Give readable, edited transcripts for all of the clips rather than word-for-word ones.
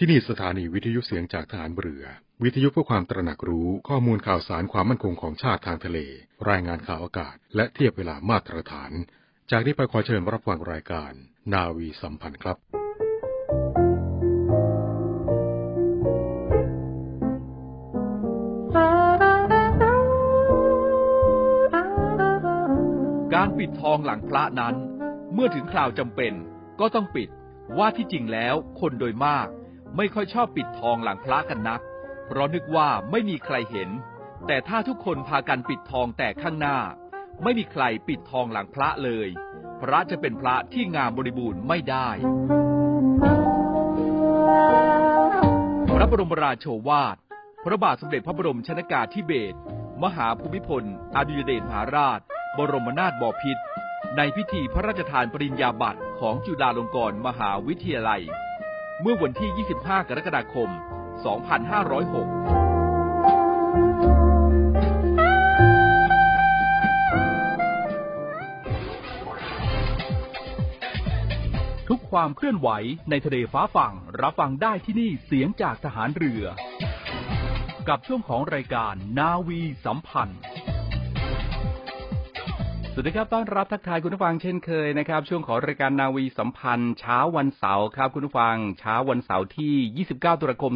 ที่นี่สถานีวิทยุเสียงจากทหารเรือวิทยุเพื่อความตระหนักรู้ข้อมูลข่าวสารความมั่นคงของชาติทางทะเลรายงานข่าวอากาศและเทียบเวลามาตรฐานจากนี้ไปขอเชิญรับฟังรายการนาวีสัมพันธ์ครับการปิดทองหลังพระนั้นเมื่อถึงคราวจำเป็นก็ต้องปิดว่าที่จริงแล้วคนโดยมากไม่ค่อยชอบปิดทองหลังพระกันนักเพราะนึกว่าไม่มีใครเห็นแต่ถ้าทุกคนพากันปิดทองแต่ข้างหน้าไม่มีใครปิดทองหลังพระเลยพระจะเป็นพระที่งามบริบูรณ์ไม่ได้พระบรมราโชวาทพระบาทสมเด็จพระบรมชนกาธิเบศรมหาภูมิพลอดุลยเดชมหาราชบรมนาถบพิตรในพิธีพระราชทานปริญญาบัตรของจุฬาลงกรณ์มหาวิทยาลัยเมื่อวันที่ 25 กรกฎาคม 2506 ทุกความเคลื่อนไหวในทะเลฟ้าฝั่งรับฟังได้ที่นี่เสียงจากทหารเรือกับช่วงของรายการนาวีสัมพันธ์สวัสดีครับต้อนรับทักทายคุณผู้ฟังเช่นเคยนะครับช่วงของรายการนาวีสัมพันธ์เช้าวันเสาร์ครับคุณผู้ฟังเช้าวันเสาร์ที่29ตุลาคม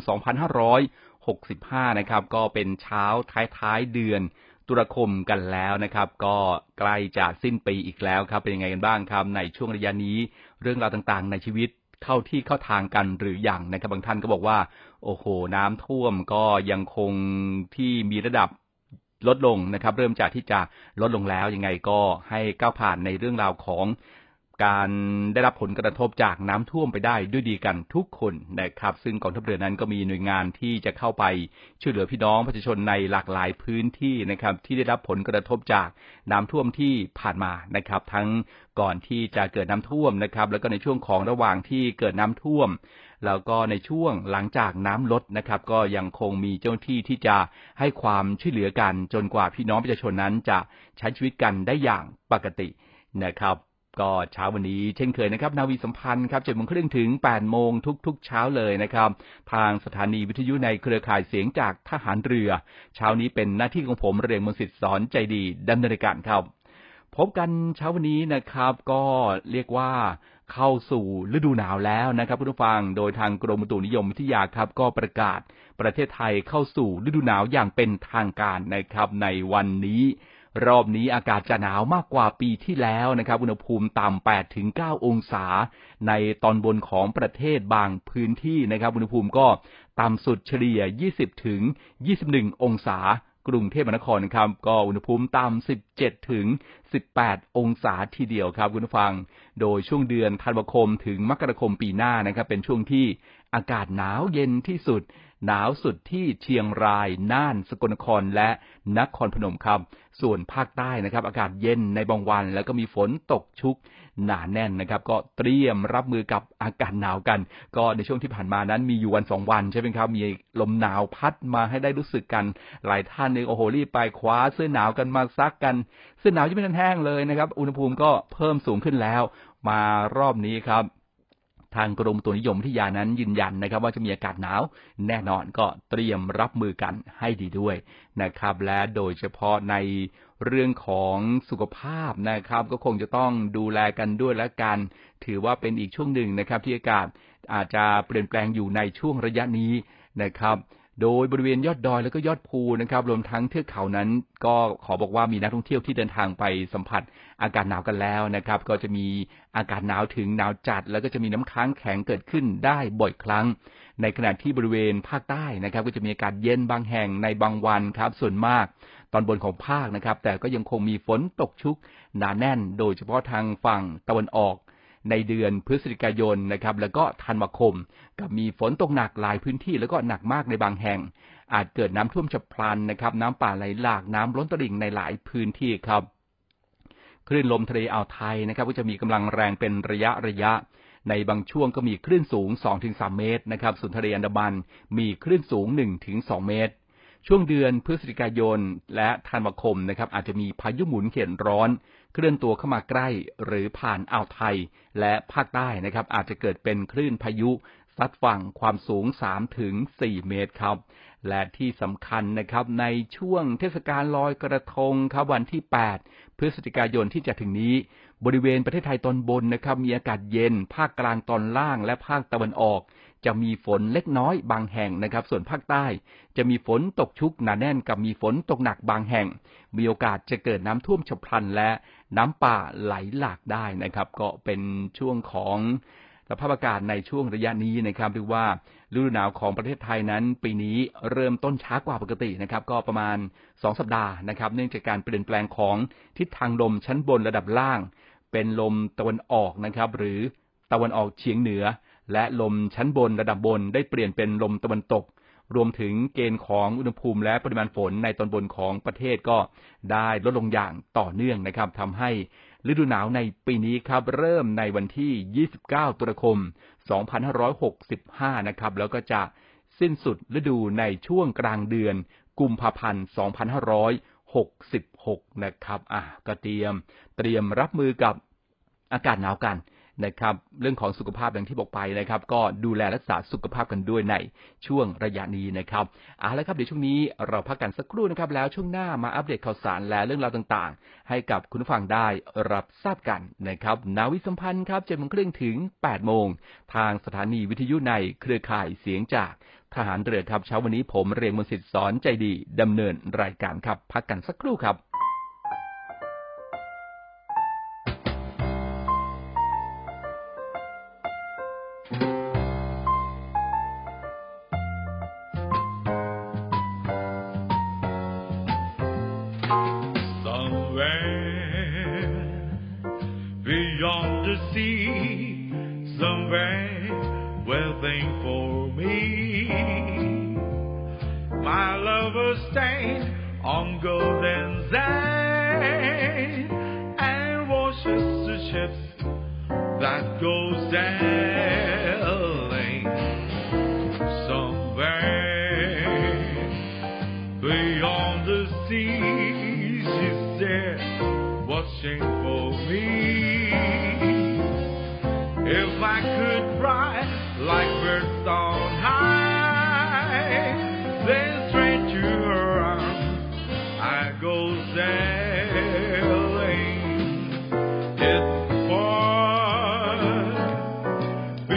2565นะครับก็เป็นเช้าท้ายๆเดือนตุลาคมกันแล้วนะครับก็ใกล้จะสิ้นปีอีกแล้วครับเป็นยังไงกันบ้างครับในช่วงระยะนี้เรื่องราวต่างๆในชีวิตเข้าที่เข้าทางกันหรือยังนะครับบางท่านก็บอกว่าโอ้โหน้ำท่วมก็ยังคงที่มีระดับลดลงนะครับเริ่มจากที่จะลดลงแล้วยังไงก็ให้ก้าวผ่านในเรื่องราวของการได้รับผลกระทบจากน้ำท่วมไปได้ด้วยดีกันทุกคนนะครับซึ่งกองทัพเรือนั้นก็มีหน่วยงานที่จะเข้าไปช่วยเหลือพี่น้องประชาชนในหลากหลายพื้นที่นะครับที่ได้รับผลกระทบจากน้ำท่วมที่ผ่านมานะครับทั้งก่อนที่จะเกิดน้ำท่วมนะครับแล้วก็ในช่วงของระหว่างที่เกิดน้ำท่วมแล้วก็ในช่วงหลังจากน้ำลดนะครับก็ยังคงมีเจ้าหน้าที่ที่จะให้ความช่วยเหลือกันจนกว่าพี่น้องประชาชนนั้นจะใช้ชีวิตกันได้อย่างปกตินะครับก็เช้าวันนี้เช่นเคยนะครับนาวีสัมพันธ์ครับ 7:30 นถึง 8:00 นทุกๆเช้าเลยนะครับทางสถานีวิทยุในเครือข่ายเสียงจากทหารเรือเช้านี้เป็นหน้าที่ของผมเรียงมนต์สิทธิ์สอนใจดีดำเนินรายการครับพบกันเช้าวันนี้นะครับก็เรียกว่าเข้าสู่ฤดูหนาวแล้วนะครับคุณผู้ฟังโดยทางกรมอุตุนิยมวิทยาครับก็ประกาศประเทศไทยเข้าสู่ฤดูหนาวอย่างเป็นทางการนะครับในวันนี้รอบนี้อากาศจะหนาวมากกว่าปีที่แล้วนะครับอุณหภูมิต่ำ 8-9 องศาในตอนบนของประเทศบางพื้นที่นะครับอุณหภูมิก็ต่ำสุดเฉลี่ย 20-21 องศากรุงเทพมหานครครับก็อุณหภูมิต่ำ 17-18 องศาทีเดียวครับคุณผู้ฟังโดยช่วงเดือนธันวาคมถึงมกราคมปีหน้านะครับเป็นช่วงที่อากาศหนาวเย็นที่สุดหนาวสุดที่เชียงรายน่านสกลนครและนครพนมครับส่วนภาคใต้นะครับอากาศเย็นในบางวันแล้วก็มีฝนตกชุกหนาแน่นนะครับก็เตรียมรับมือกับอากาศหนาวกันก็ในช่วงที่ผ่านมานั้นมีอยู่วัน2วันใช่ไหมครับมีลมหนาวพัดมาให้ได้รู้สึกกันหลายท่านเนี่ยโอ้โหรีบไปคว้าเสื้อหนาวกันมาซักกันเสื้อหนาวยังไม่ทันแห้งเลยนะครับอุณหภูมิก็เพิ่มสูงขึ้นแล้วมารอบนี้ครับทางกรมอุตุนิยมวิทยานั้นยืนยันนะครับว่าจะมีอากาศหนาวแน่นอนก็เตรียมรับมือกันให้ดีด้วยนะครับและโดยเฉพาะในเรื่องของสุขภาพนะครับก็คงจะต้องดูแลกันด้วยและกันถือว่าเป็นอีกช่วงหนึ่งนะครับที่อากาศอาจจะเปลี่ยนแปลงอยู่ในช่วงระยะนี้นะครับโดยบริเวณยอดดอยแล้วก็ยอดภูนะครับรวมทั้งเทือกเขานั้นก็ขอบอกว่ามีนักท่องเที่ยวที่เดินทางไปสัมผัสอากาศหนาวกันแล้วนะครับก็จะมีอากาศหนาวถึงหนาวจัดแล้วก็จะมีน้ำค้างแข็งเกิดขึ้นได้บ่อยครั้งในขณะที่บริเวณภาคใต้นะครับก็จะมีอากาศเย็นบางแห่งในบางวันครับส่วนมากตอนบนของภาคนะครับแต่ก็ยังคงมีฝนตกชุกหนาแน่นโดยเฉพาะทางฝั่งตะวันออกในเดือนพฤศจิกายนนะครับแล้วก็ธันวาคมกับมีฝนตกหนักหลายพื้นที่แล้วก็หนักมากในบางแห่งอาจเกิดน้ำท่วมฉับพลันนะครับน้ำป่าไหลหลากน้ำล้นตลิ่งในหลายพื้นที่ครับคลื่นลมทะเลอ่าวไทยนะครับก็จะมีกำลังแรงเป็นระยะในบางช่วงก็มีคลื่นสูง 2-3 เมตรนะครับส่วนทะเลอันดามันมีคลื่นสูง 1-2 เมตรช่วงเดือนพฤศจิกายนและธันวาคมนะครับอาจจะมีพายุหมุนเขตร้อนเคลื่อนตัวเข้ามาใกล้หรือผ่านอ่าวไทยและภาคใต้นะครับอาจจะเกิดเป็นคลื่นพายุซัดฝั่งความสูง 3-4 เมตรครับและที่สำคัญนะครับในช่วงเทศกาลลอยกระทงครับวันที่ 8 พฤศจิกายนที่จะถึงนี้บริเวณประเทศไทยตอนบนนะครับมีอากาศเย็นภาคกลางตอนล่างและภาคตะวันออกจะมีฝนเล็กน้อยบางแห่งนะครับส่วนภาคใต้จะมีฝนตกชุกหนาแน่นกับมีฝนตกหนักบางแห่งมีโอกาสจะเกิดน้ำท่วมฉับพลันและน้ำป่าไหลหลากได้นะครับก็เป็นช่วงของสภาพอากาศในช่วงระยะนี้นะครับเรียกว่าฤดูหนาวของประเทศไทยนั้นปีนี้เริ่มต้นช้ากว่าปกตินะครับก็ประมาณ2 สัปดาห์นะครับเนื่องจากการเปลี่ยนแปลงของทิศทางลมชั้นบนระดับล่างเป็นลมตะวันออกนะครับหรือตะวันออกเฉียงเหนือและลมชั้นบนระดับบนได้เปลี่ยนเป็นลมตะวันตกรวมถึงเกณฑ์ของอุณหภูมิและปริมาณฝนในตอนบนของประเทศก็ได้ลดลงอย่างต่อเนื่องนะครับทำให้ฤดูหนาวในปีนี้ครับเริ่มในวันที่29 ตุลาคม 2565นะครับแล้วก็จะสิ้นสุดฤดูในช่วงกลางเดือนกุมภาพันธ์ 2566นะครับก็เตรียมรับมือกับอากาศหนาวกันนะครับเรื่องของสุขภาพอย่างที่บอกไปนะครับก็ดูแลรักษาสุขภาพกันด้วยในช่วงระยะนี้นะครับแล้วครับเดี๋ยวช่วงนี้เราพักกันสักครู่นะครับแล้วช่วงหน้ามาอัปเดตข่าวสารและเรื่องราวต่างๆให้กับคุณผู้ฟังได้รับทราบกันนะครับนาวิสัมพันธ์ครับ 7:30 ถึง 8:00 นทางสถานีวิทยุในเครือข่ายเสียงจากทหารเรือครับเช้าวันนี้ผมเรียงมนต์สิทธิ์สอนใจดีดำเนินรายการครับพักกันสักครู่ครับ Beyond the sea, somewhere waiting for me. My lover stays on golden sand and watches the ships that go sailing. Somewhere beyond the sea, she's there watching for me.If I could fly like birds on high, then straight to her arms I go sailing. It's far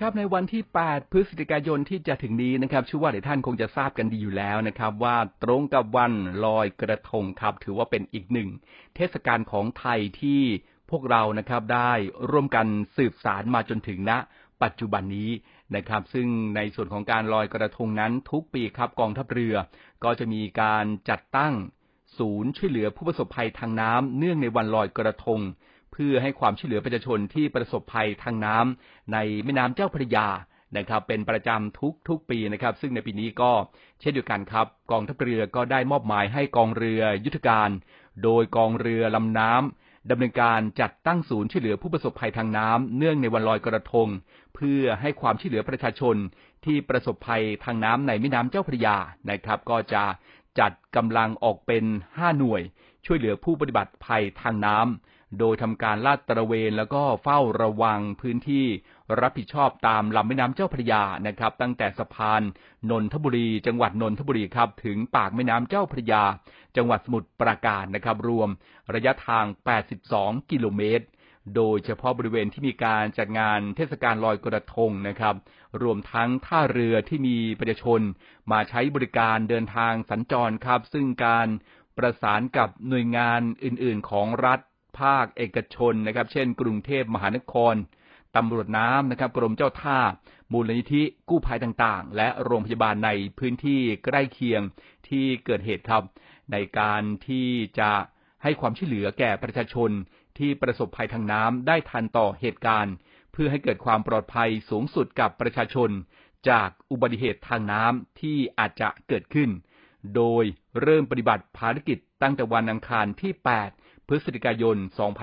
ครับในวันที่8พฤศจิกายนที่จะถึงนี้นะครับเชื่อว่าหลายท่านคงจะทราบกันดีอยู่แล้วนะครับว่าตรงกับวันลอยกระทงครับถือว่าเป็นอีกหนึ่งเทศกาลของไทยที่พวกเรานะครับได้ร่วมกันสืบสานมาจนถึงณปัจจุบันนี้นะครับซึ่งในส่วนของการลอยกระทงนั้นทุกปีครับกองทัพเรือก็จะมีการจัดตั้งศูนย์ช่วยเหลือผู้ประสบภัยทางน้ำเนื่องในวันลอยกระทงเพื่อให้ความช่วยเหลือประชาชนที่ประสบภัยทางน้ำในแม่น้ำเจ้าพระยานะครับเป็นประจำทุกปีนะครับซึ่งในปีนี้ก็เช่นเดียวกันครับกองทัพเรือก็ได้มอบหมายให้กองเรือยุทธการโดยกองเรือลำน้ำดำเนินการจัดตั้งศูนย์ช่วยเหลือผู้ประสบภัยทางน้ำเนื่องในวันลอยกระทงเพื่อให้ความช่วยเหลือประชาชนที่ประสบภัยทางน้ำในแม่น้ำเจ้าพระยานะครับก็จะจัดกำลังออกเป็น5หน่วยช่วยเหลือผู้ปฏิบัติภัยทางน้ำโดยทำการลาดตระเวนแล้วก็เฝ้าระวังพื้นที่รับผิดชอบตามลำแม่น้ำเจ้าพระยานะครับตั้งแต่สะพานนนทบุรีจังหวัดนนทบุรีครับถึงปากแม่น้ำเจ้าพระยาจังหวัดสมุทรปราการนะครับรวมระยะทาง82กิโลเมตรโดยเฉพาะบริเวณที่มีการจัดงานเทศกาลลอยกระทงนะครับรวมทั้งท่าเรือที่มีประชาชนมาใช้บริการเดินทางสัญจรครับซึ่งการประสานกับหน่วยงานอื่นๆของรัฐภาคเอกชนนะครับเช่นกรุงเทพมหานครตำรวจน้ำนะครับกรมเจ้าท่ามูลนิธิกู้ภัยต่างๆและโรงพยาบาลในพื้นที่ใกล้เคียงที่เกิดเหตุครับในการที่จะให้ความช่วยเหลือแก่ประชาชนที่ประสบภัยทางน้ำได้ทันต่อเหตุการณ์เพื่อให้เกิดความปลอดภัยสูงสุดกับประชาชนจากอุบัติเหตุทางน้ำที่อาจจะเกิดขึ้นโดยเริ่มปฏิบัติภารกิจตั้งแต่วันอังคารที่8พฤศจิกายน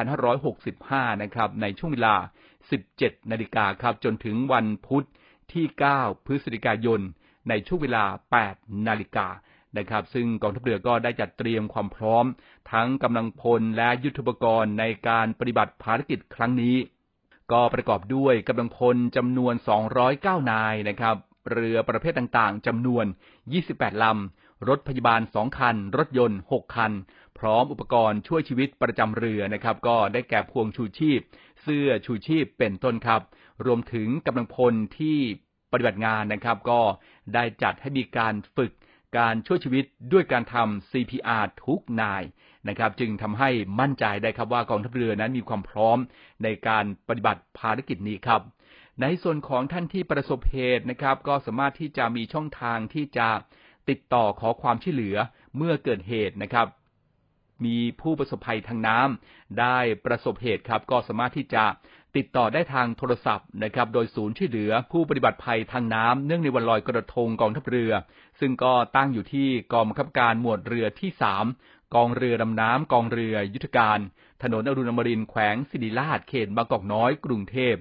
2565นะครับในช่วงเวลา 17 นาฬิกาครับจนถึงวันพุธที่9พฤศจิกายนในช่วงเวลา 8 นาฬิกานะครับซึ่งกองทัพเรือก็ได้จัดเตรียมความพร้อมทั้งกำลังพลและยุทโธปกรณ์ในการปฏิบัติภารกิจครั้งนี้ก็ประกอบด้วยกำลังพลจำนวน209นายนะครับเรือประเภทต่างๆจำนวน28ลำรถพยาบาล2คันรถยนต์6คันพร้อมอุปกรณ์ช่วยชีวิตประจำเรือนะครับก็ได้แก่พวงชูชีพเสื้อชูชีพเป็นต้นครับรวมถึงกำลังพลที่ปฏิบัติงานนะครับก็ได้จัดให้มีการฝึกการช่วยชีวิตด้วยการทำ CPR ทุกนายนะครับจึงทำให้มั่นใจได้ครับว่ากองทัพเรือนั้นมีความพร้อมในการปฏิบัติภารกิจนี้ครับในส่วนของท่านที่ประสบเหตุนะครับก็สามารถที่จะมีช่องทางที่จะติดต่อขอความช่วยเหลือเมื่อเกิดเหตุนะครับมีผู้ประสบภัยทางน้ำได้ประสบเหตุครับก็สามารถที่จะติดต่อได้ทางโทรศัพท์นะครับโดยศูนย์ช่วยเหลือผู้ปฏิบัติภัยทางน้ำเนื่องในวันลอยกระทงกองทัพเรือซึ่งก็ตั้งอยู่ที่กองบังคับการหมวดเรือที่3กองเรือดำน้ำกองเรือยุทธการถนนอรุณอมรินทร์แขวงศิริราชเขตบางกอกน้อยกรุงเทพ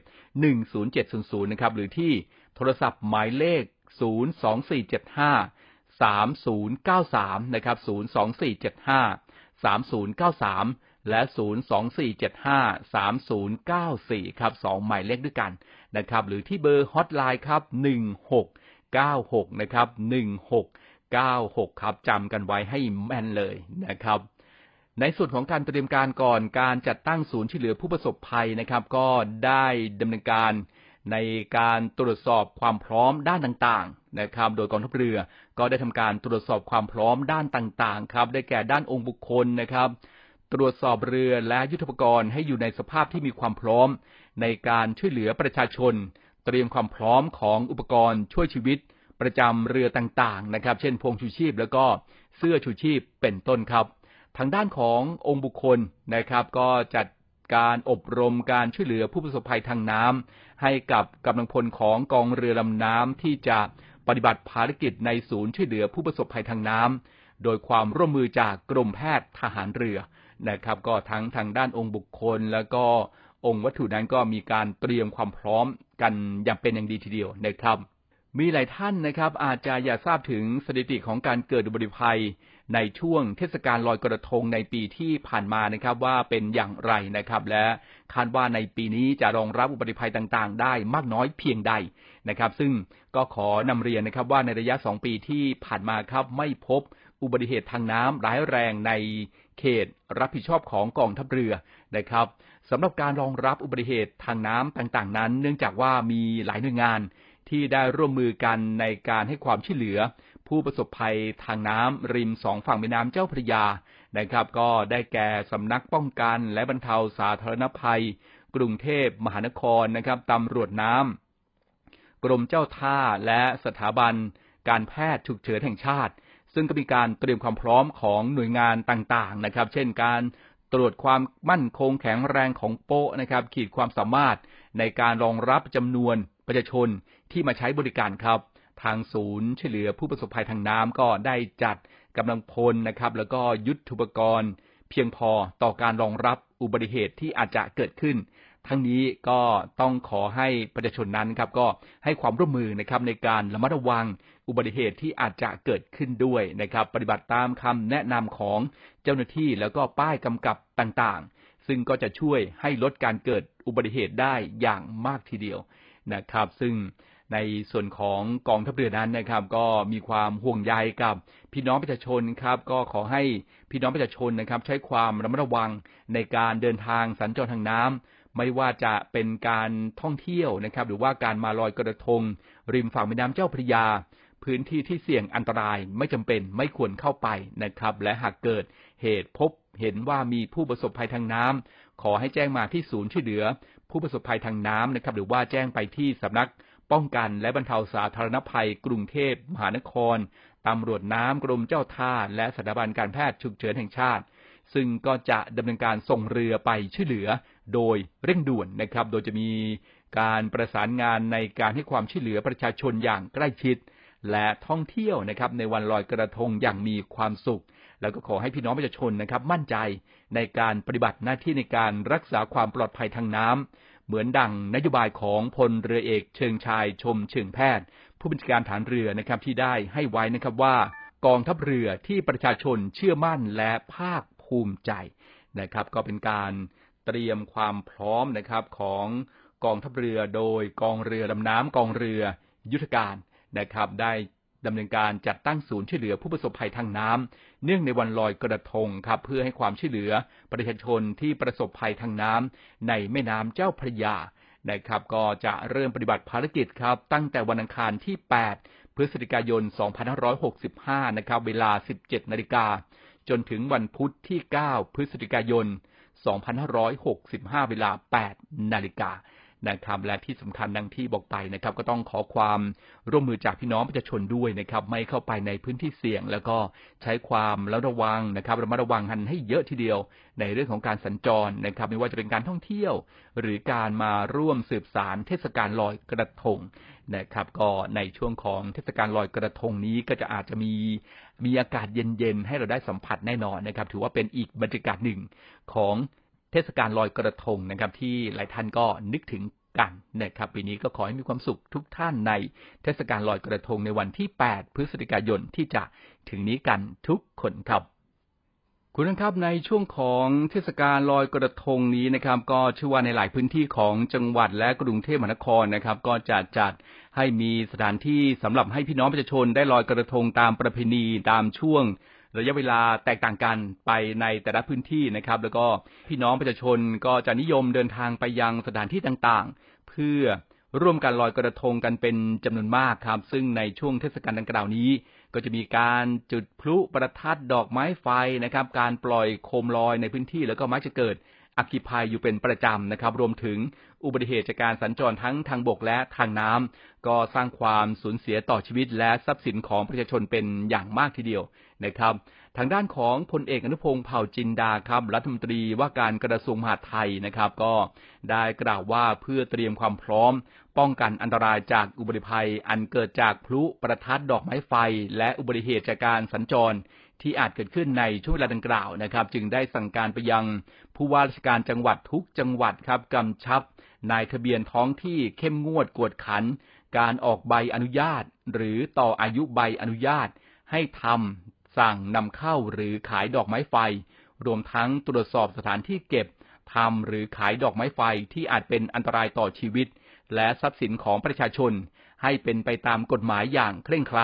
10700นะครับหรือที่โทรศัพท์หมายเลข024753093นะครับ024753093และ024753094ครับ2หมายเลขด้วยกันนะครับหรือที่เบอร์ฮอตไลน์ครับ1696นะครับ1696ครับจำกันไว้ให้แม่นเลยนะครับในส่วนของการเตรียมการก่อนการจัดตั้งศูนย์ช่วยเหลือผู้ประสบภัยนะครับก็ได้ดำเนินการในการตรวจสอบความพร้อมด้านต่างๆนะครับโดยกองทัพเรือก็ได้ทำการตรวจสอบความพร้อมด้านต่างๆครับได้แก่ด้านองค์บุคคลนะครับตรวจสอบเรือและยุทโธปกรณ์ให้อยู่ในสภาพที่มีความพร้อมในการช่วยเหลือประชาชนเตรียมความพร้อมของอุปกรณ์ช่วยชีวิตประจำเรือต่างๆนะครับเช่นพวงชูชีพแล้วก็เสื้อชูชีพเป็นต้นครับทางด้านขององค์บุคคลนะครับก็จัดการอบรมการช่วยเหลือผู้ประสบภัยทางน้ำให้กับกำลังพลของกองเรือลำน้ำที่จะปฏิบัติภารกิจในศูนย์ช่วยเหลือผู้ประสบภัยทางน้ำโดยความร่วมมือจากกรมแพทย์ทหารเรือนะครับก็ทั้งทางด้านองค์บุคคลแล้วก็องค์วัตถุนั้นก็มีการเตรียมความพร้อมกันอย่างเป็นอย่างดีทีเดียวนะครับมีหลายท่านนะครับอาจจะอยากทราบถึงสถิติของการเกิดอุบัติภัยในช่วงเทศกาลลอยกระทงในปีที่ผ่านมานะครับว่าเป็นอย่างไรนะครับและคาดว่าในปีนี้จะรองรับอุบัติภัยต่างๆได้มากน้อยเพียงใดนะครับซึ่งก็ขอนำเรียนนะครับว่าในระยะ2ปีที่ผ่านมาครับไม่พบอุบัติเหตุทางน้ำร้ายแรงในเขตรับผิดชอบของกองทัพเรือนะครับสำหรับการรองรับอุบัติเหตุทางน้ำต่างๆนั้นเนื่องจากว่ามีหลายหน่วยงานที่ได้ร่วมมือกันในการให้ความช่วยเหลือผู้ประสบภัยทางน้ำริม2ฝั่งแม่น้ำเจ้าพระยานะครับก็ได้แก่สำนักป้องกันและบรรเทาสาธารณภัยกรุงเทพมหานครนะครับตำรวจน้ำกรมเจ้าท่าและสถาบันการแพทย์ฉุกเฉินแห่งชาติซึ่งก็มีการเตรียมความพร้อมของหน่วยงานต่างๆนะครับเช่นการตรวจความมั่นคงแข็งแรงของโป๊ะนะครับขีดความสามารถในการรองรับจำนวนประชาชนที่มาใช้บริการครับทางศูนย์ช่วยเหลือผู้ประสบภัยทางน้ำก็ได้จัดกำลังพลนะครับแล้วก็ยุทโธปกรณ์เพียงพอต่อการรองรับอุบัติเหตุที่อาจจะเกิดขึ้นทั้งนี้ก็ต้องขอให้ประชาชนนั้นครับก็ให้ความร่วมมือนะครับในการระมัดระวังอุบัติเหตุที่อาจจะเกิดขึ้นด้วยนะครับปฏิบัติตามคำแนะนำของเจ้าหน้าที่แล้วก็ป้ายกำกับต่างๆซึ่งก็จะช่วยให้ลดการเกิดอุบัติเหตุได้อย่างมากทีเดียวนะครับซึ่งในส่วนของกองทัพเรือนั้นนะครับก็มีความห่วงใยกับพี่น้องประชาชนครับก็ขอให้พี่น้องประชาชนนะครับใช้ความระมัดระวังในการเดินทางสัญจรทางน้ำไม่ว่าจะเป็นการท่องเที่ยวนะครับหรือว่าการมาลอยกระทงริมฝั่งแม่น้ำเจ้าพระยาพื้นที่ที่เสี่ยงอันตรายไม่จำเป็นไม่ควรเข้าไปนะครับและหากเกิดเหตุพบเห็นว่ามีผู้ประสบภัยทางน้ำขอให้แจ้งมาที่ศูนย์ช่วยเหลือผู้ประสบภัยทางน้ำนะครับหรือว่าแจ้งไปที่สำนักป้องกันและบรรเทาสาธารณภัยกรุงเทพมหานครตำรวจน้ำกรมเจ้าท่าและสถาบันการแพทย์ฉุกเฉินแห่งชาติซึ่งก็จะดำเนินการส่งเรือไปช่วยเหลือโดยเร่งด่วนนะครับโดยจะมีการประสานงานในการให้ความช่วยเหลือประชาชนอย่างใกล้ชิดและท่องเที่ยวนะครับในวันลอยกระทงอย่างมีความสุขแล้วก็ขอให้พี่น้องประชาชนนะครับมั่นใจในการปฏิบัติหน้าที่ในการรักษาความปลอดภัยทางน้ำเหมือนดังนโยบายของพลเรือเอกเชิงชายชมเชิงแพทย์ผู้บัญชาการฐานเรือนะครับที่ได้ให้ไว้นะครับว่ากองทัพเรือที่ประชาชนเชื่อมั่นและภาคภูมิใจนะครับก็เป็นการเตรียมความพร้อมนะครับของกองทัพเรือโดยกองเรือลำน้ำกองเรือยุทธการนะครับได้ดำเนินการจัดตั้งศูนย์ช่วยเหลือผู้ประสบภัยทางน้ำเนื่องในวันลอยกระทงครับเพื่อให้ความช่วยเหลือประชาชนที่ประสบภัยทางน้ำในแม่น้ำเจ้าพระยานะครับก็จะเริ่มปฏิบัติภารกิจครับตั้งแต่วันอังคารที่8พฤศจิกายน2565นะครับเวลา 17:00 นจนถึงวันพุธที่9พฤศจิกายน2565เวลา 8:00 นนะครับและที่สำคัญดังที่บอกไปนะครับก็ต้องขอความร่วมมือจากพี่น้องประชาชนด้วยนะครับไม่เข้าไปในพื้นที่เสี่ยงแล้วก็ใช้ความระวังนะครับระมัดระวังกันให้เยอะทีเดียวในเรื่องของการสัญจรนะครับไม่ว่าจะเป็นการท่องเที่ยวหรือการมาร่วมสืบสารเทศกาลลอยกระทงนะครับก็ในช่วงของเทศกาลลอยกระทงนี้ก็จะอาจจะมีอากาศเย็นๆให้เราได้สัมผัสแน่นอนนะครับถือว่าเป็นอีกบรรยากาศหนึ่งของเทศกาลลอยกระทงนะครับที่หลายท่านก็นึกถึงกันนะครับปีนี้ก็ขอให้มีความสุขทุกท่านในเทศกาลลอยกระทงในวันที่8พฤศจิกายนที่จะถึงนี้กันทุกคนครับคุณครับในช่วงของเทศกาลลอยกระทงนี้นะครับก็เชื่อว่าในหลายพื้นที่ของจังหวัดและกรุงเทพมหานครนะครับก็จะจัดให้มีสถานที่สำหรับให้พี่น้องประชาชนได้ลอยกระทงตามประเพณีตามช่วงระยะเวลาแตกต่างกันไปในแต่ละพื้นที่นะครับแล้วก็พี่น้องประชาชนก็จะนิยมเดินทางไปยังสถานที่ต่างๆเพื่อร่วมกันลอยกระทงกันเป็นจำนวนมากครับซึ่งในช่วงเทศกาลดังกล่าวนี้ก็จะมีการจุดพลุประทัดดอกไม้ไฟนะครับการปล่อยโคมลอยในพื้นที่แล้วก็มักจะเกิดอัคคีภัยอยู่เป็นประจำนะครับรวมถึงอุบัติเหตุจากการสัญจรทั้งทางบกและทางน้ำก็สร้างความสูญเสียต่อชีวิตและทรัพย์สินของประชาชนเป็นอย่างมากทีเดียวนะครับทางด้านของพลเอกอนุพงษ์เผ่าจินดาครับรัฐมนตรีว่าการกระทรวงมหาดไทยนะครับก็ได้กล่าวว่าเพื่อเตรียมความพร้อมป้องกันอันตรายจากอุบัติภัยอันเกิดจากพลุประทัดดอกไม้ไฟและอุบัติเหตุจากการสัญจรที่อาจเกิดขึ้นในช่วงเวลาดังกล่าวนะครับจึงได้สั่งการไปยังผู้ว่าราชการจังหวัดทุกจังหวัดครับกำชับนายทะเบียนท้องที่เข้มงวดกวดขันการออกใบอนุญาตหรือต่ออายุใบอนุญาตให้ทำสั่งนำเข้าหรือขายดอกไม้ไฟรวมทั้งตรวจสอบสถานที่เก็บทำหรือขายดอกไม้ไฟที่อาจเป็นอันตรายต่อชีวิตและทรัพย์สินของประชาชนให้เป็นไปตามกฎหมายอย่างเคร่งครัด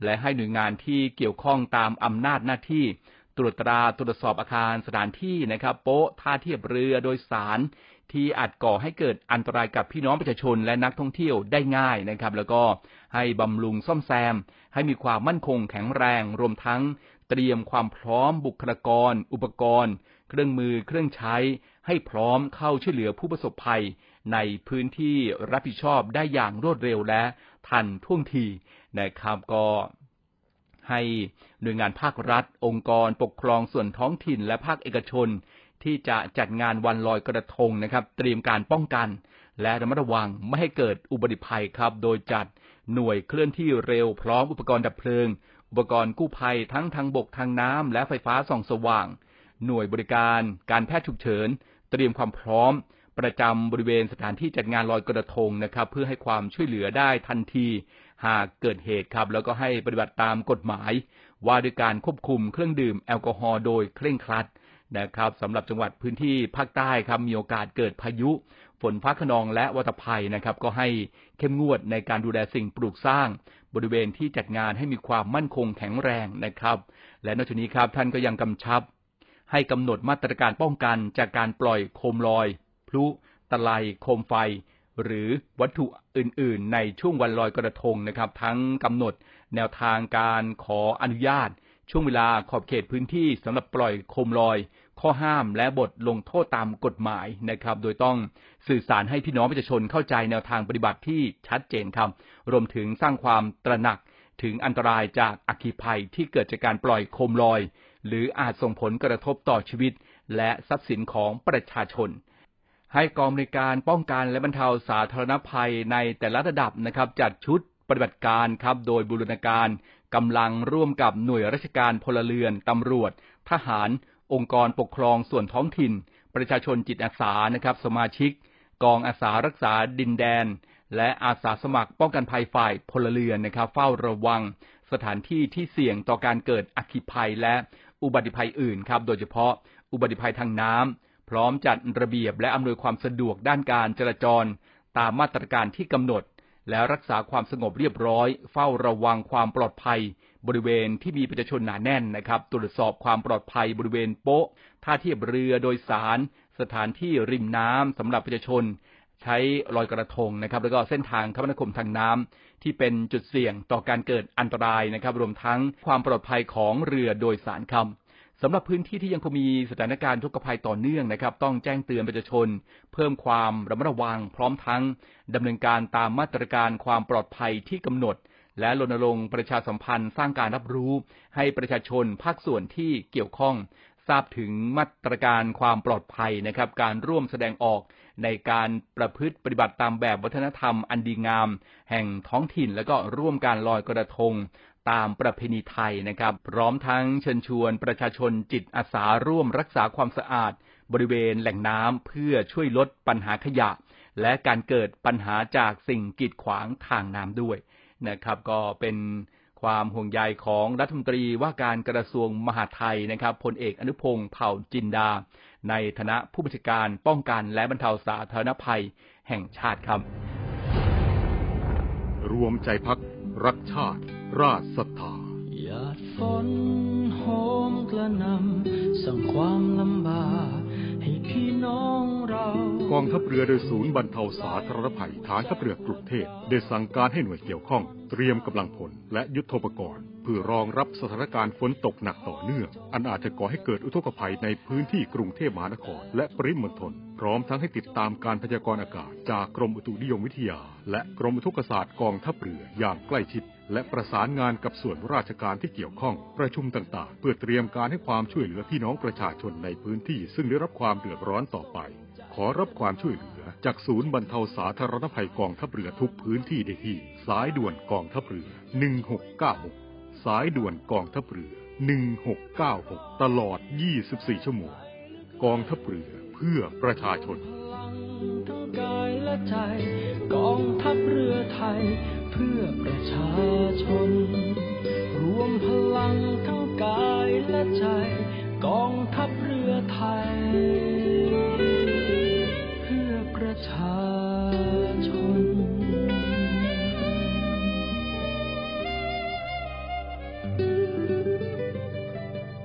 และให้หน่วยงานที่เกี่ยวข้องตามอำนาจหน้าที่ตรวจตราตรวจสอบอาคารสถานที่นะครับโป๊ะท่าเทียบเรือโดยสารที่อาจก่อให้เกิดอันตรายกับพี่น้องประชาชนและนักท่องเที่ยวได้ง่ายนะครับแล้วก็ให้บำรุงซ่อมแซมให้มีความมั่นคงแข็งแรงรวมทั้งเตรียมความพร้อมบุคลากรอุปกรณ์เครื่องมือเครื่องใช้ให้พร้อมเข้าช่วยเหลือผู้ประสบภัยในพื้นที่รับผิดชอบได้อย่างรวดเร็วและทันท่วงทีนะครับก็ให้หน่วยงานภาครัฐองค์กรปกครองส่วนท้องถิ่นและภาคเอกชนที่จะจัดงานวันลอยกระทงนะครับเตรียมการป้องกันและระมัดระวังไม่ให้เกิดอุบัติภัยครับโดยจัดหน่วยเคลื่อนที่เร็วพร้อมอุปกรณ์ดับเพลิงอุปกรณ์กู้ภัยทั้งทางบกทางน้ำและไฟฟ้าส่องสว่างหน่วยบริการการแพทย์ฉุกเฉินเตรียมความพร้อมประจำบริเวณสถานที่จัดงานลอยกระทงนะครับเพื่อให้ความช่วยเหลือได้ทันทีหากเกิดเหตุครับแล้วก็ให้ปฏิบัติตามกฎหมายว่าด้วยการควบคุมเครื่องดื่มแอลกอฮอล์โดยเคร่งครัดนะครับสำหรับจังหวัดพื้นที่ภาคใต้ครับมีโอกาสเกิดพายุฝนฟ้าคะนองและวัฏภัยนะครับก็ให้เข้มงวดในการดูแลสิ่งปลูกสร้างบริเวณที่จัดงานให้มีความมั่นคงแข็งแรงนะครับและนอกจากนี้ครับท่านก็ยังกำชับให้กำหนดมาตรการป้องกันจากการปล่อยโคมลอยพลุตะไลโคมไฟหรือวัตถุอื่นๆในช่วงวันลอยกระทงนะครับทั้งกำหนดแนวทางการขออนุญาตช่วงเวลาขอบเขตพื้นที่สำหรับปล่อยโคมลอยข้อห้ามและบทลงโทษตามกฎหมายนะครับโดยต้องสื่อสารให้พี่น้องประชาชนเข้าใจแนวทางปฏิบัติที่ชัดเจนครับรวมถึงสร้างความตระหนักถึงอันตรายจากอัคคีภัยที่เกิดจากการปล่อยโคมลอยหรืออาจส่งผลกระทบต่อชีวิตและทรัพย์สินของประชาชนให้กองบริการป้องกันและบรรเทาสาธารณภัยในแต่ละระดับนะครับจัดชุดปฏิบัติการครับโดยบูรณาการกำลังร่วมกับหน่วยราชการพลเรือนตำรวจทหารองค์กรปกครองส่วนท้องถิ่นประชาชนจิตอาสานะครับสมาชิกกองอาสารักษาดินแดนและอาสาสมัครป้องกันภัยฝ่ายพลเรือนนะครับเฝ้าระวังสถานที่ที่เสี่ยงต่อการเกิดอัคคีภัยและอุบัติภัยอื่นครับโดยเฉพาะอุบัติภัยทางน้ำพร้อมจัดระเบียบและอำนวยความสะดวกด้านการจราจรตามมาตรการที่กำหนดแล้วรักษาความสงบเรียบร้อยเฝ้าระวังความปลอดภัยบริเวณที่มีประชาชนหนาแน่นนะครับตรวจสอบความปลอดภัยบริเวณโป๊ะท่าเทียบเรือโดยสารสถานที่ริมน้ำสำหรับประชาชนใช้ลอยกระทงนะครับแล้วก็เส้นทางคมนาคมทางน้ำที่เป็นจุดเสี่ยงต่อการเกิดอันตรายนะครับรวมทั้งความปลอดภัยของเรือโดยสารครับสำหรับพื้นที่ที่ยังคงมีสถานการณ์ทุกขภัยต่อเนื่องนะครับต้องแจ้งเตือนประชาชนเพิ่มความระมัดระวังพร้อมทั้งดำเนินการตามมาตรการความปลอดภัยที่กำหนดและรณรงค์ประชาสัมพันธ์สร้างการรับรู้ให้ประชาชนภาคส่วนที่เกี่ยวข้องทราบถึงมาตรการความปลอดภัยนะครับการร่วมแสดงออกในการประพฤติปฏิบัติตามแบบวัฒนธรรมอันดีงามแห่งท้องถิ่นและก็ร่วมการลอยกระทงตามประเพณีไทยนะครับพร้อมทั้งเชิญชวนประชาชนจิตอาสาร่วมรักษาความสะอาดบริเวณแหล่งน้ำเพื่อช่วยลดปัญหาขยะและการเกิดปัญหาจากสิ่งกีดขวางทางน้ำด้วยนะครับก็เป็นความห่วงใยของรัฐมนตรีว่าการกระทรวงมหาดไทยนะครับพลเอกอนุพงษ์เผ่าจินดาในฐานะผู้บัญชาการป้องกันและบรรเทาสาธารณภัยแห่งชาติครับรวมใจพักรักชาติราชศรัทธาหยาดฝนโหมกระหน่ำสั่งความลำบากให้พี่น้องเรากองทัพเรือโดยศูนย์บรรเทาสาธารณภัยฐานทัพเรือกรุงเทพได้สั่งการให้หน่วยเกี่ยวข้องเตรียมกำลังพลและยุทโธปกรณ์เพื่อรองรับสถานการณ์ฝนตกหนักต่อเนื่องอันอาจจะก่อให้เกิดอุทกภัยในพื้นที่กรุงเทพมหานครและปริมณฑลพร้อมทั้งให้ติดตามการพยากรณ์อากาศจากกรมอุตุนิยมวิทยาและกรมอุทกศาสตร์กองทัพเรืออย่างใกล้ชิดและประสานงานกับส่วนราชการที่เกี่ยวข้องประชุมต่างๆเพื่อเตรียมการให้ความช่วยเหลือพี่น้องประชาชนในพื้นที่ซึ่งได้รับความเดือดร้อนต่อไปขอรับความช่วยเหลือจากศูนย์บรรเทาสาธารณภัยกองทัพเรือทุกพื้นที่ได้ที่สายด่วนกองทัพเรือ1696สายด่วนกองทัพเรือ1696ตลอด24ชั่วโมงกองทัพเรือเพื่อประชาชนทั้งกายและใจกองทัพเรือไทยเพื่อประชาชนรวมพลังทั้งกายและใจกองทัพเรือไทยเพื่อประชาชน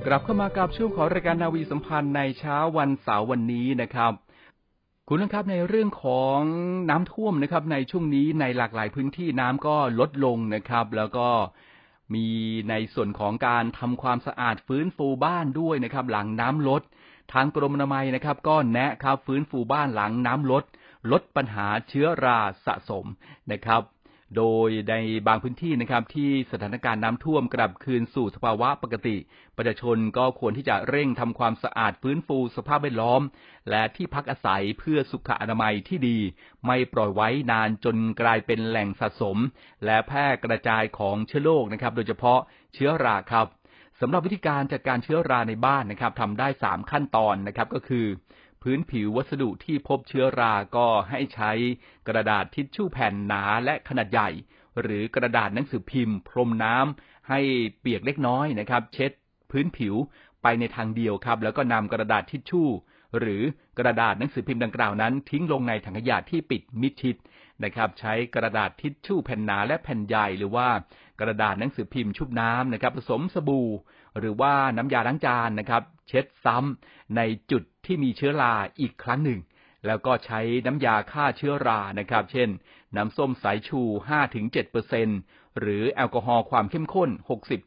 กลับเข้ามากับช่วงของรายการนาวีสัมพันธ์ในเช้าวันเสาร์วันนี้นะครับคุณนะครับในเรื่องของน้ำท่วมนะครับในช่วงนี้ในหลากหลายพื้นที่น้ำก็ลดลงนะครับแล้วก็มีในส่วนของการทำความสะอาดฟื้นฟูบ้านด้วยนะครับหลังน้ำลดทางกรมอนามัยนะครับก็แนะครับฟื้นฟูบ้านหลังน้ำลดปัญหาเชื้อราสะสมนะครับโดยในบางพื้นที่นะครับที่สถานการณ์น้ำท่วมกลับคืนสู่สภาวะปกติประชาชนก็ควรที่จะเร่งทำความสะอาดฟื้นฟูสภาพแวดล้อมและที่พักอาศัยเพื่อสุขอนามัยที่ดีไม่ปล่อยไว้นานจนกลายเป็นแหล่งสะสมและแพร่กระจายของเชื้อโรคนะครับโดยเฉพาะเชื้อราครับสำหรับวิธีการจัดการเชื้อราในบ้านนะครับทำได้3ขั้นตอนนะครับก็คือพื้นผิววัสดุที่พบเชื้อราก็ให้ใช้กระดาษทิชชู่แผ่นหนาและขนาดใหญ่หรือกระดาษหนังสือพิมพ์พรมน้ำให้เปียกเล็กน้อยนะครับเช็ดพื้นผิวไปในทางเดียวครับแล้วก็นำกระดาษทิชชู่หรือกระดาษหนังสือพิมพ์ดังกล่าวนั้นทิ้งลงในถังขยะที่ปิดมิดชิดนะครับใช้กระดาษทิชชู่แผ่นหนาและแผ่นใหญ่หรือว่ากระดาษหนังสือพิมพ์ชุบน้ำนะครับผสมสบู่หรือว่าน้ำยาล้างจานนะครับเช็ดซ้ำในจุดที่มีเชื้อราอีกครั้งหนึ่งแล้วก็ใช้น้ำยาฆ่าเชื้อรานะครับเช่นน้ำส้มสายชู 5-7% หรือแอลกอฮอล์ความเข้มข้น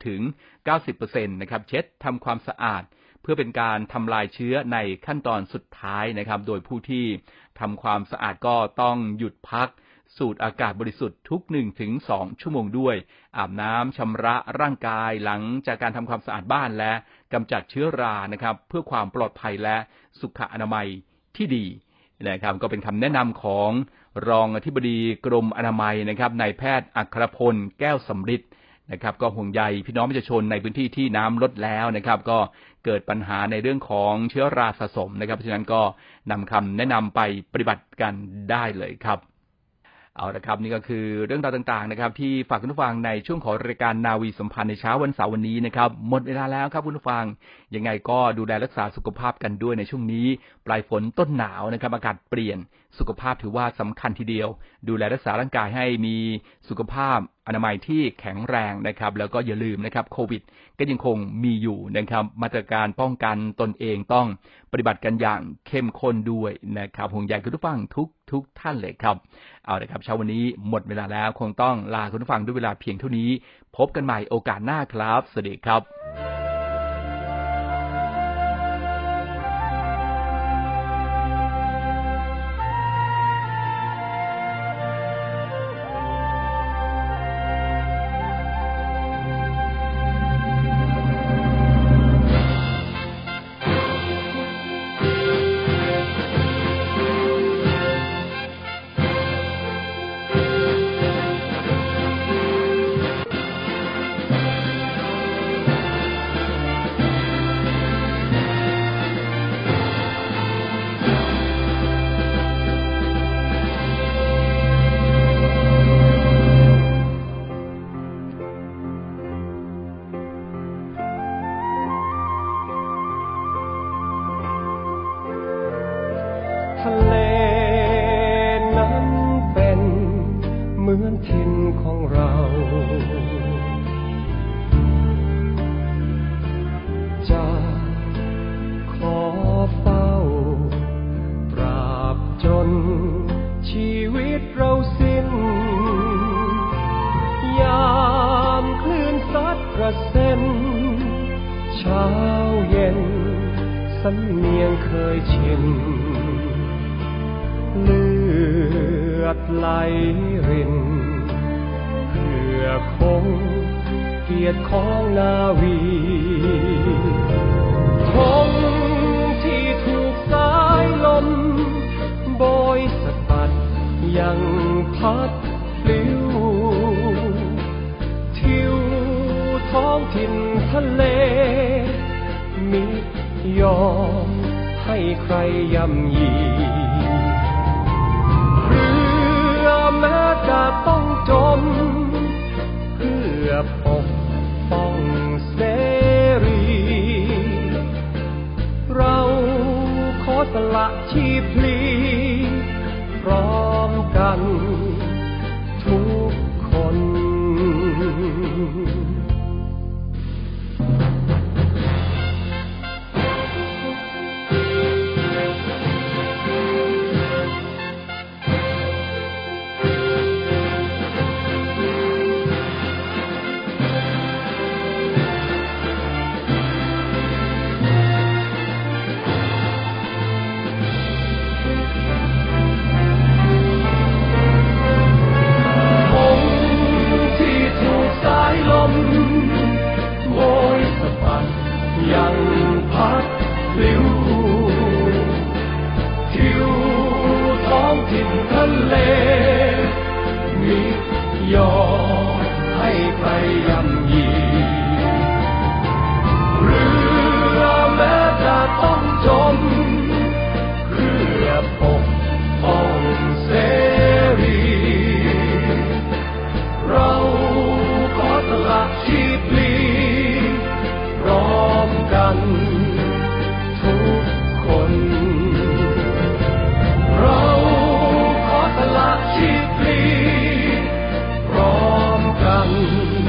60-90% นะครับเช็ดทำความสะอาดเพื่อเป็นการทำลายเชื้อในขั้นตอนสุดท้ายนะครับโดยผู้ที่ทำความสะอาดก็ต้องหยุดพักสูดอากาศบริสุทธิ์ทุก 1-2 ชั่วโมงด้วยอาบน้ำชำระร่างกายหลังจากการทำความสะอาดบ้านและกำจัดเชื้อรานะครับเพื่อความปลอดภัยและสุขอนามัยที่ดีนะครับก็เป็นคำแนะนำของรองอธิบดีกรมอนามัยนะครับนายแพทย์อัครพลแก้วสำริดนะครับก็ห่วงใยพี่น้องประชาชนในพื้นที่ที่น้ำลดแล้วนะครับก็เกิดปัญหาในเรื่องของเชื้อราสะสมนะครับเพราะฉะนั้นก็นำคำแนะนำไปปฏิบัติกันได้เลยครับเอาละครับนี่ก็คือเรื่องราวต่างๆนะครับที่ฝากคุณผู้ฟังในช่วงของรายการนาวีสัมพันธ์ในเช้าวันเสาร์วันนี้นะครับหมดเวลาแล้วครับคุณผู้ฟังยังไงก็ดูแลรักษาสุขภาพกันด้วยในช่วงนี้ปลายฝนต้นหนาวนะครับอากาศเปลี่ยนสุขภาพถือว่าสำคัญทีเดียวดูแลรักษาร่างกายให้มีสุขภาพอนามัยที่แข็งแรงนะครับแล้วก็อย่าลืมนะครับโควิดก็ยังคงมีอยู่นะครับมาตรการป้องกันตนเองต้องปฏิบัติกันอย่างเข้มข้นด้วยนะครับห่วงใยคุณผู้ฟังทุกท่านเลยครับเอาละครับเช้าวันนี้หมดเวลาแล้วคงต้องลาคุณผู้ฟังด้วยเวลาเพียงเท่านี้พบกันใหม่โอกาสหน้าครับสวัสดีครับทะเลนั้นเป็นเหมือนถิ่นของเราจะขอเฝ้าตราบจนชีวิตเราสิ้นยามคลื่นซัดกระเซ็นเช้าเย็นสำเนียงเคยชินเลือดไหลรินเพื่อคงเกียรติของนาวีธงที่ถูกสายลมโบยสะบัดยังพัดปลิวทิวท้องถิ่นทะเลมิยอมให้ใครย่ำยีเรือแม้จะต้องจมเพื่อปกป้องเสรีเราขอสละชีพพลีพร้อมกันทุกคนให้ใครย่ำยีเรือแม้จะต้องจมเพื่อปกป้องเสรีเราขอสละชีพพลีพร้อมกันทุกคนเราขอสละชีพพลีพร้อมกัน